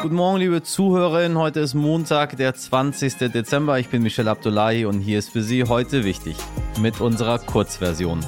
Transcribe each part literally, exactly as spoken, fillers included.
Guten Morgen, liebe Zuhörerinnen. Heute ist Montag, der zwanzigster Dezember. Ich bin Michel Abdullahi und hier ist für Sie heute wichtig mit unserer Kurzversion.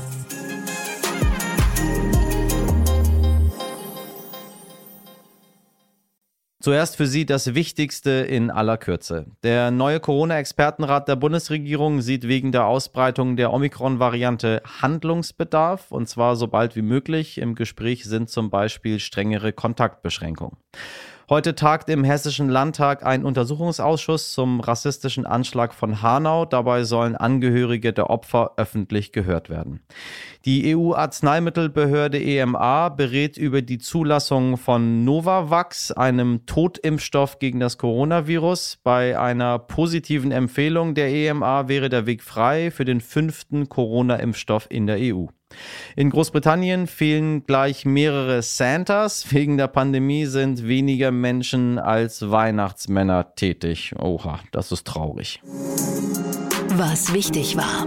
Zuerst für Sie das Wichtigste in aller Kürze. Der neue Corona-Expertenrat der Bundesregierung sieht wegen der Ausbreitung der Omikron-Variante Handlungsbedarf, und zwar so bald wie möglich. Im Gespräch sind zum Beispiel strengere Kontaktbeschränkungen. Heute tagt im Hessischen Landtag ein Untersuchungsausschuss zum rassistischen Anschlag von Hanau. Dabei sollen Angehörige der Opfer öffentlich gehört werden. Die E U-Arzneimittelbehörde E M A berät über die Zulassung von Novavax, einem Totimpfstoff gegen das Coronavirus. Bei einer positiven Empfehlung der E M A wäre der Weg frei für den fünften Corona-Impfstoff in der E U. In Großbritannien fehlen gleich mehrere Santas. Wegen der Pandemie sind weniger Menschen als Weihnachtsmänner tätig. Oha, das ist traurig. Was wichtig war.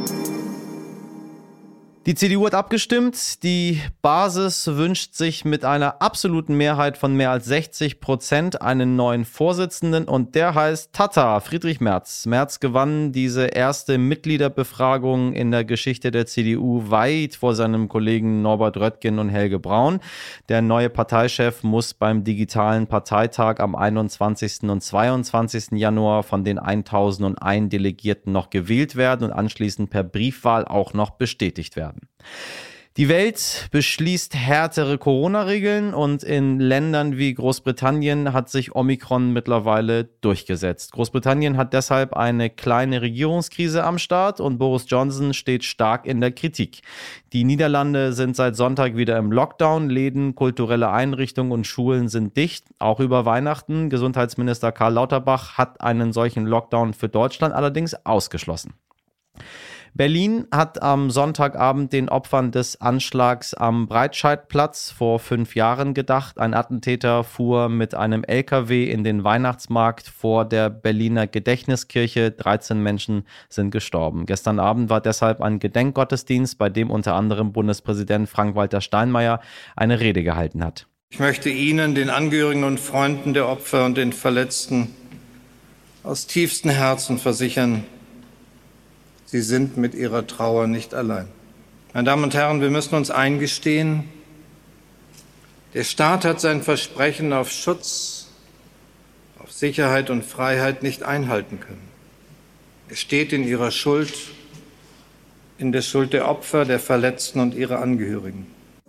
Die C D U hat abgestimmt. Die Basis wünscht sich mit einer absoluten Mehrheit von mehr als sechzig Prozent einen neuen Vorsitzenden, und der heißt Tata, Friedrich Merz. Merz gewann diese erste Mitgliederbefragung in der Geschichte der C D U weit vor seinem Kollegen Norbert Röttgen und Helge Braun. Der neue Parteichef muss beim digitalen Parteitag am einundzwanzigsten und zweiundzwanzigsten Januar von den eintausendeins Delegierten noch gewählt werden und anschließend per Briefwahl auch noch bestätigt werden. Die Welt beschließt härtere Corona-Regeln, und in Ländern wie Großbritannien hat sich Omikron mittlerweile durchgesetzt. Großbritannien hat deshalb eine kleine Regierungskrise am Start und Boris Johnson steht stark in der Kritik. Die Niederlande sind seit Sonntag wieder im Lockdown. Läden, kulturelle Einrichtungen und Schulen sind dicht, auch über Weihnachten. Gesundheitsminister Karl Lauterbach hat einen solchen Lockdown für Deutschland allerdings ausgeschlossen. Berlin hat am Sonntagabend den Opfern des Anschlags am Breitscheidplatz vor fünf Jahren gedacht. Ein Attentäter fuhr mit einem L K W in den Weihnachtsmarkt vor der Berliner Gedächtniskirche. dreizehn Menschen sind gestorben. Gestern Abend war deshalb ein Gedenkgottesdienst, bei dem unter anderem Bundespräsident Frank-Walter Steinmeier eine Rede gehalten hat. Ich möchte Ihnen, den Angehörigen und Freunden der Opfer und den Verletzten, aus tiefstem Herzen versichern, Sie sind mit Ihrer Trauer nicht allein. Meine Damen und Herren, wir müssen uns eingestehen, der Staat hat sein Versprechen auf Schutz, auf Sicherheit und Freiheit nicht einhalten können. Er steht in Ihrer Schuld, in der Schuld der Opfer, der Verletzten und ihrer Angehörigen.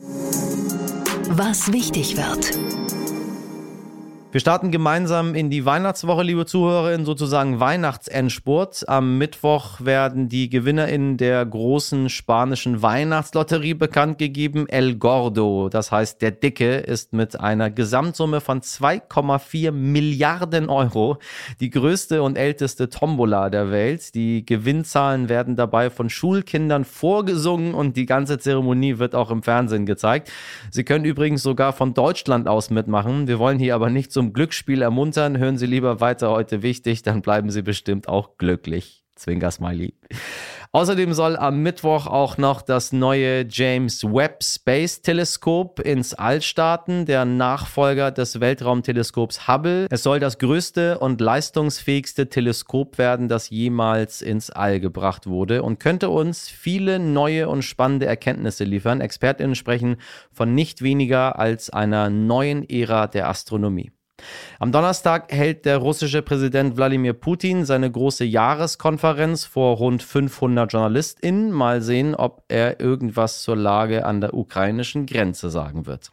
Was wichtig wird. Wir starten gemeinsam in die Weihnachtswoche, liebe Zuhörerinnen, sozusagen Weihnachtsendspurt. Am Mittwoch werden die GewinnerInnen der großen spanischen Weihnachtslotterie bekannt gegeben. El Gordo, das heißt der Dicke, ist mit einer Gesamtsumme von zwei Komma vier Milliarden Euro die größte und älteste Tombola der Welt. Die Gewinnzahlen werden dabei von Schulkindern vorgesungen und die ganze Zeremonie wird auch im Fernsehen gezeigt. Sie können übrigens sogar von Deutschland aus mitmachen. Wir wollen hier aber nicht zum Glücksspiel ermuntern. Hören Sie lieber weiter heute wichtig, dann bleiben Sie bestimmt auch glücklich. Zwinker-Smiley. Außerdem soll am Mittwoch auch noch das neue James Webb Space Teleskop ins All starten, der Nachfolger des Weltraumteleskops Hubble. Es soll das größte und leistungsfähigste Teleskop werden, das jemals ins All gebracht wurde, und könnte uns viele neue und spannende Erkenntnisse liefern. ExpertInnen sprechen von nicht weniger als einer neuen Ära der Astronomie. Am Donnerstag hält der russische Präsident Wladimir Putin seine große Jahreskonferenz vor rund fünfhundert JournalistInnen. Mal sehen, ob er irgendwas zur Lage an der ukrainischen Grenze sagen wird.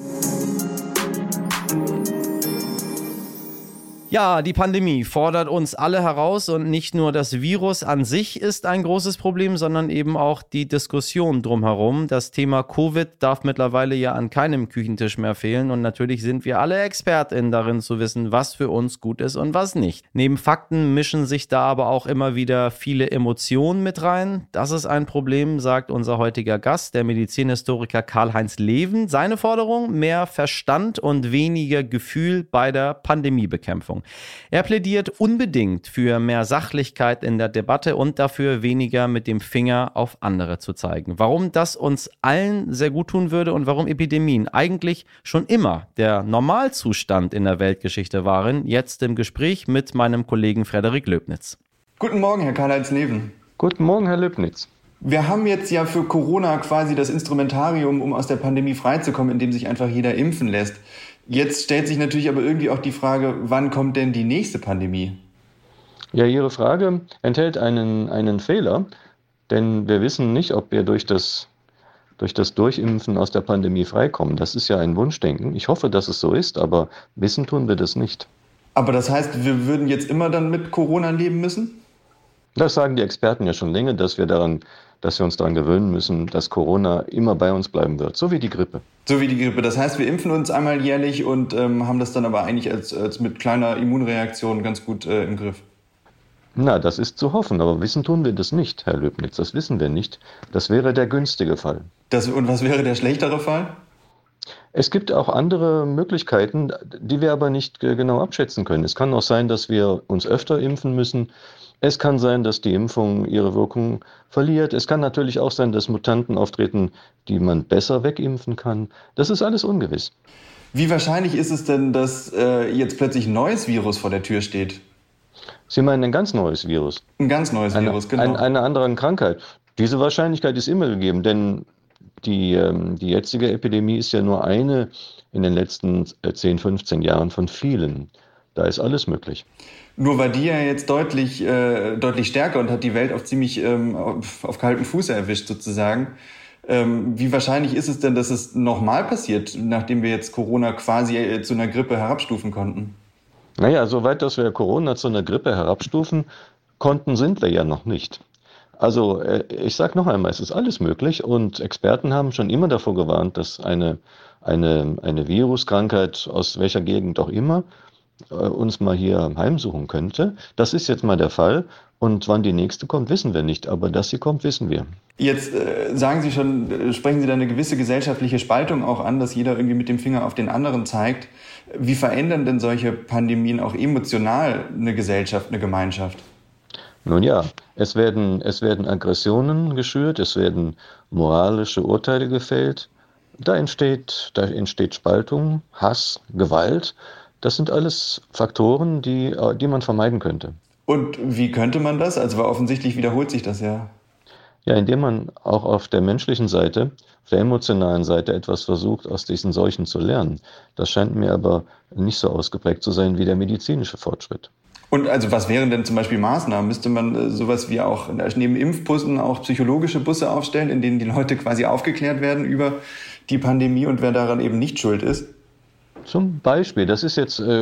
Ja, die Pandemie fordert uns alle heraus, und nicht nur das Virus an sich ist ein großes Problem, sondern eben auch die Diskussion drumherum. Das Thema Covid darf mittlerweile ja an keinem Küchentisch mehr fehlen, und natürlich sind wir alle ExpertInnen darin zu wissen, was für uns gut ist und was nicht. Neben Fakten mischen sich da aber auch immer wieder viele Emotionen mit rein. Das ist ein Problem, sagt unser heutiger Gast, der Medizinhistoriker Karl-Heinz Leven. Seine Forderung: mehr Verstand und weniger Gefühl bei der Pandemiebekämpfung. Meinung. Er plädiert unbedingt für mehr Sachlichkeit in der Debatte und dafür, weniger mit dem Finger auf andere zu zeigen. Warum das uns allen sehr gut tun würde und warum Epidemien eigentlich schon immer der Normalzustand in der Weltgeschichte waren, jetzt im Gespräch mit meinem Kollegen Frederik Löbnitz. Guten Morgen, Herr Karl-Heinz Leven. Guten Morgen, Herr Löbnitz. Wir haben jetzt ja für Corona quasi das Instrumentarium, um aus der Pandemie freizukommen, indem sich einfach jeder impfen lässt. Jetzt stellt sich natürlich aber irgendwie auch die Frage, wann kommt denn die nächste Pandemie? Ja, Ihre Frage enthält einen, einen Fehler, denn wir wissen nicht, ob wir durch das, durch das Durchimpfen aus der Pandemie freikommen. Das ist ja ein Wunschdenken. Ich hoffe, dass es so ist, aber wissen tun wir das nicht. Aber das heißt, wir würden jetzt immer dann mit Corona leben müssen? Das sagen die Experten ja schon länger, dass wir daran, dass wir uns daran gewöhnen müssen, dass Corona immer bei uns bleiben wird, so wie die Grippe. So wie die Grippe. Das heißt, wir impfen uns einmal jährlich und ähm, haben das dann aber eigentlich als, als mit kleiner Immunreaktion ganz gut äh, im Griff. Na, das ist zu hoffen, aber wissen tun wir das nicht, Herr Löbnitz. Das wissen wir nicht. Das wäre der günstige Fall. Das, und was wäre der schlechtere Fall? Es gibt auch andere Möglichkeiten, die wir aber nicht genau abschätzen können. Es kann auch sein, dass wir uns öfter impfen müssen. Es kann sein, dass die Impfung ihre Wirkung verliert. Es kann natürlich auch sein, dass Mutanten auftreten, die man besser wegimpfen kann. Das ist alles ungewiss. Wie wahrscheinlich ist es denn, dass äh, jetzt plötzlich ein neues Virus vor der Tür steht? Sie meinen ein ganz neues Virus? Ein ganz neues eine, Virus, genau. Ein, eine andere Krankheit. Diese Wahrscheinlichkeit ist immer gegeben, denn die, ähm, die jetzige Epidemie ist ja nur eine in den letzten zehn, fünfzehn Jahren von vielen. Da ist alles möglich. Nur war die ja jetzt deutlich, äh, deutlich stärker und hat die Welt auf ziemlich ähm, auf, auf kaltem Fuß erwischt sozusagen. Ähm, wie wahrscheinlich ist es denn, dass es nochmal passiert, nachdem wir jetzt Corona quasi äh, zu einer Grippe herabstufen konnten? Naja, soweit, dass wir Corona zu einer Grippe herabstufen konnten, sind wir ja noch nicht. Also äh, ich sage noch einmal, es ist alles möglich und Experten haben schon immer davor gewarnt, dass eine, eine, eine Viruskrankheit aus welcher Gegend auch immer uns mal hier heimsuchen könnte. Das ist jetzt mal der Fall. Und wann die nächste kommt, wissen wir nicht. Aber dass sie kommt, wissen wir. Jetzt äh, sagen Sie schon, äh, sprechen Sie da eine gewisse gesellschaftliche Spaltung auch an, dass jeder irgendwie mit dem Finger auf den anderen zeigt. Wie verändern denn solche Pandemien auch emotional eine Gesellschaft, eine Gemeinschaft? Nun ja, es werden, es werden Aggressionen geschürt, es werden moralische Urteile gefällt. Da entsteht, da entsteht Spaltung, Hass, Gewalt. Das sind alles Faktoren, die, die man vermeiden könnte. Und wie könnte man das? Also weil offensichtlich wiederholt sich das ja. Ja, indem man auch auf der menschlichen Seite, auf der emotionalen Seite etwas versucht, aus diesen Seuchen zu lernen. Das scheint mir aber nicht so ausgeprägt zu sein wie der medizinische Fortschritt. Und also was wären denn zum Beispiel Maßnahmen? Müsste man sowas wie auch neben Impfbussen auch psychologische Busse aufstellen, in denen die Leute quasi aufgeklärt werden über die Pandemie und wer daran eben nicht schuld ist? Zum Beispiel, das ist jetzt äh,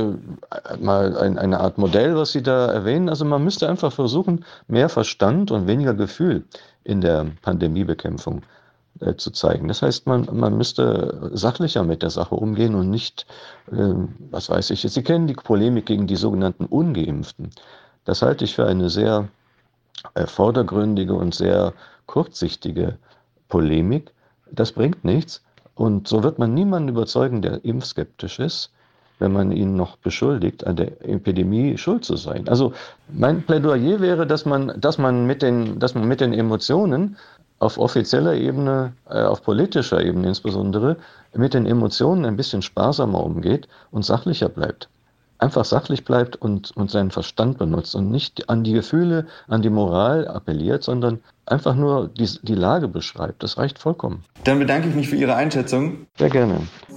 mal ein, eine Art Modell, was Sie da erwähnen. Also man müsste einfach versuchen, mehr Verstand und weniger Gefühl in der Pandemiebekämpfung äh, zu zeigen. Das heißt, man, man müsste sachlicher mit der Sache umgehen und nicht, äh, was weiß ich, Sie kennen die Polemik gegen die sogenannten Ungeimpften. Das halte ich für eine sehr äh, vordergründige und sehr kurzsichtige Polemik. Das bringt nichts. Und so wird man niemanden überzeugen, der impfskeptisch ist, wenn man ihn noch beschuldigt, an der Epidemie schuld zu sein. Also mein Plädoyer wäre, dass man, dass man mit den, dass man mit den Emotionen auf offizieller Ebene, äh, auf politischer Ebene insbesondere, mit den Emotionen ein bisschen sparsamer umgeht und sachlicher bleibt. Einfach sachlich bleibt und, und seinen Verstand benutzt und nicht an die Gefühle, an die Moral appelliert, sondern einfach nur die, die Lage beschreibt. Das reicht vollkommen. Dann bedanke ich mich für Ihre Einschätzung. Sehr gerne.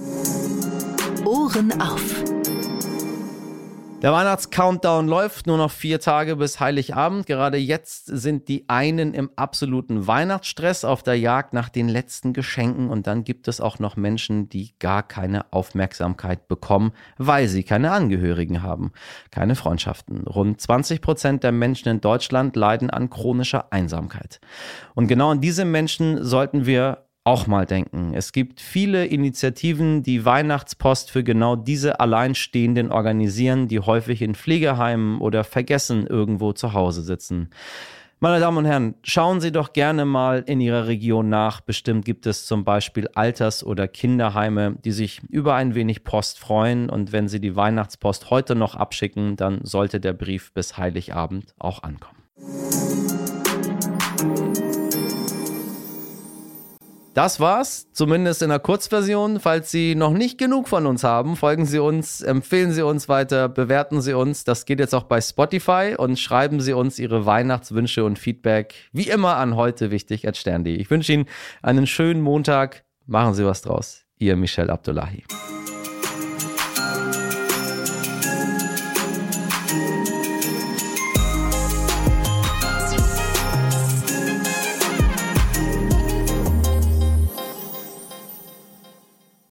Ohren auf. Der Weihnachts-Countdown läuft, nur noch vier Tage bis Heiligabend. Gerade jetzt sind die einen im absoluten Weihnachtsstress auf der Jagd nach den letzten Geschenken. Und dann gibt es auch noch Menschen, die gar keine Aufmerksamkeit bekommen, weil sie keine Angehörigen haben, keine Freundschaften. Rund zwanzig Prozent der Menschen in Deutschland leiden an chronischer Einsamkeit. Und genau an diese Menschen sollten wir auch mal denken. Es gibt viele Initiativen, die Weihnachtspost für genau diese Alleinstehenden organisieren, die häufig in Pflegeheimen oder vergessen irgendwo zu Hause sitzen. Meine Damen und Herren, schauen Sie doch gerne mal in Ihrer Region nach. Bestimmt gibt es zum Beispiel Alters- oder Kinderheime, die sich über ein wenig Post freuen. Und wenn Sie die Weihnachtspost heute noch abschicken, dann sollte der Brief bis Heiligabend auch ankommen. Das war's, zumindest in der Kurzversion. Falls Sie noch nicht genug von uns haben, folgen Sie uns, empfehlen Sie uns weiter, bewerten Sie uns. Das geht jetzt auch bei Spotify und schreiben Sie uns Ihre Weihnachtswünsche und Feedback wie immer an heute wichtig at stern punkt de. Ich wünsche Ihnen einen schönen Montag. Machen Sie was draus. Ihr Michel Abdullahi.